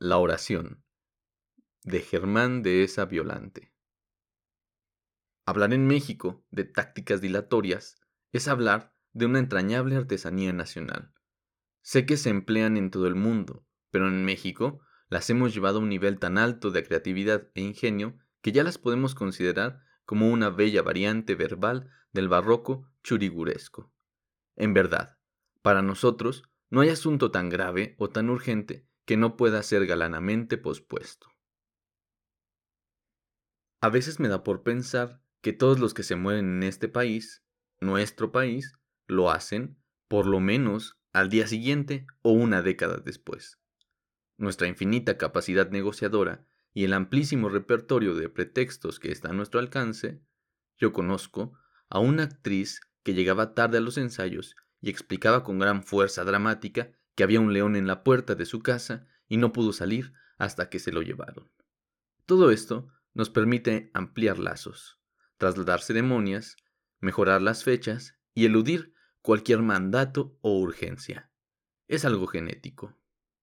La oración, de Germán Dehesa Violante. Hablar en México de tácticas dilatorias es hablar de una entrañable artesanía nacional. Sé que se emplean en todo el mundo, pero en México las hemos llevado a un nivel tan alto de creatividad e ingenio que ya las podemos considerar como una bella variante verbal del barroco churiguresco. En verdad, para nosotros no hay asunto tan grave o tan urgente que no pueda ser galanamente pospuesto. A veces me da por pensar que todos los que se mueren en este país, nuestro país, lo hacen, por lo menos, al día siguiente o una década después. Nuestra infinita capacidad negociadora y el amplísimo repertorio de pretextos que está a nuestro alcance. Yo conozco a una actriz que llegaba tarde a los ensayos y explicaba con gran fuerza dramática que había un león en la puerta de su casa y no pudo salir hasta que se lo llevaron. Todo esto nos permite ampliar lazos, trasladar ceremonias, mejorar las fechas y eludir cualquier mandato o urgencia. Es algo genético.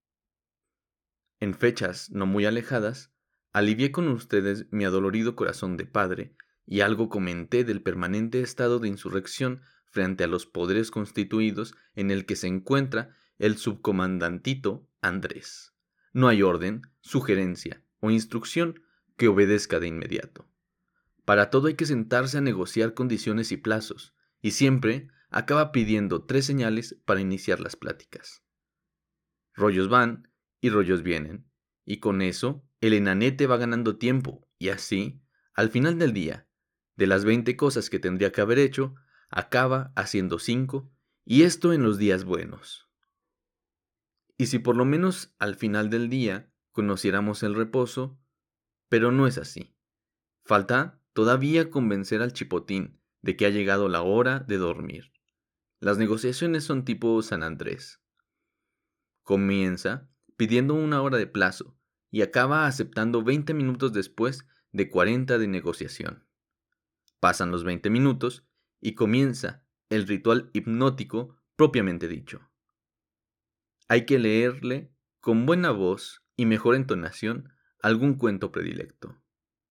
En fechas no muy alejadas, alivié con ustedes mi adolorido corazón de padre y algo comenté del permanente estado de insurrección frente a los poderes constituidos en el que se encuentra el subcomandantito Andrés. No hay orden, sugerencia o instrucción que obedezca de inmediato. Para todo hay que sentarse a negociar condiciones y plazos, y siempre acaba pidiendo 3 señales para iniciar las pláticas. Rollos van y rollos vienen, y con eso el enanete va ganando tiempo, y así, al final del día, de las 20 cosas que tendría que haber hecho, acaba haciendo 5, y esto en los días buenos. Y si por lo menos al final del día conociéramos el reposo, pero no es así. Falta todavía convencer al chipotín de que ha llegado la hora de dormir. Las negociaciones son tipo San Andrés. Comienza pidiendo una hora de plazo y acaba aceptando 20 minutos después de 40 de negociación. Pasan los 20 minutos y comienza el ritual hipnótico propiamente dicho. Hay que leerle con buena voz y mejor entonación algún cuento predilecto.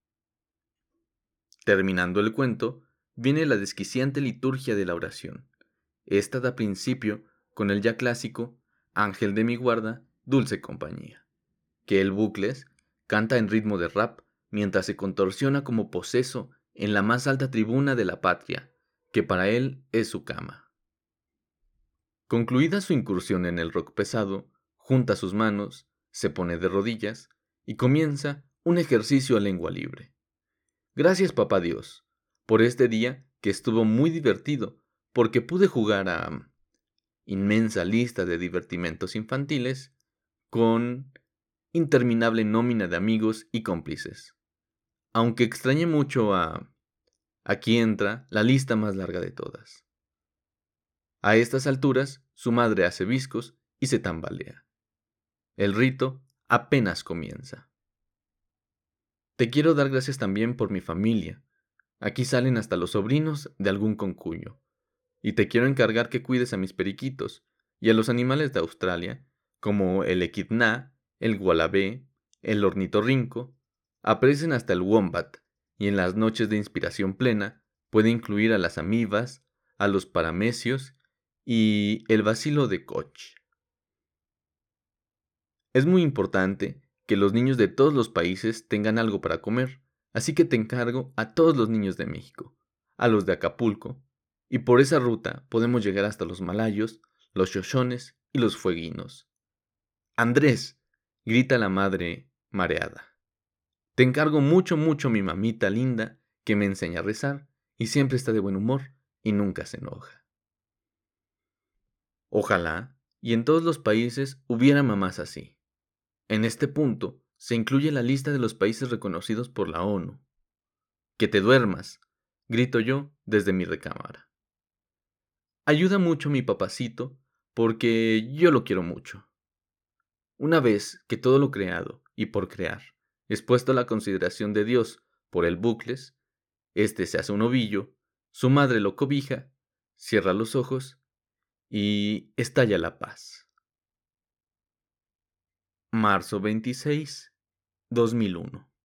Terminando el cuento, viene la desquiciante liturgia de la oración. Esta da principio con el ya clásico Ángel de mi guarda, dulce compañía, que el Bucles canta en ritmo de rap mientras se contorsiona como poseso en la más alta tribuna de la patria, que para él es su cama. Concluida su incursión en el rock pesado, junta sus manos, se pone de rodillas y comienza un ejercicio a lengua libre. Gracias, papá Dios, por este día que estuvo muy divertido, porque pude jugar a inmensa lista de divertimentos infantiles con interminable nómina de amigos y cómplices. Aunque extrañé mucho a... Aquí entra la lista más larga de todas. A estas alturas, su madre hace viscos y se tambalea. El rito apenas comienza. Te quiero dar gracias también por mi familia. Aquí salen hasta los sobrinos de algún concuño. Y te quiero encargar que cuides a mis periquitos y a los animales de Australia, como el equidná, el gualabé, el ornitorrinco, aprecien hasta el wombat, y en las noches de inspiración plena puede incluir a las amibas, a los paramecios y el bacilo de Koch. Es muy importante que los niños de todos los países tengan algo para comer, así que te encargo a todos los niños de México, a los de Acapulco, y por esa ruta podemos llegar hasta los malayos, los shoshones y los fueguinos. Andrés, grita la madre mareada. Te encargo mucho, mucho mi mamita linda, que me enseña a rezar, y siempre está de buen humor y nunca se enoja. Ojalá, y en todos los países hubiera mamás así. En este punto se incluye la lista de los países reconocidos por la ONU. ¡Que te duermas!, grito yo desde mi recámara. Ayuda mucho mi papacito porque yo lo quiero mucho. Una vez que todo lo creado y por crear es puesto a la consideración de Dios por el Bucles, este se hace un ovillo, su madre lo cobija, cierra los ojos y estalla la paz. Marzo 26, 2001.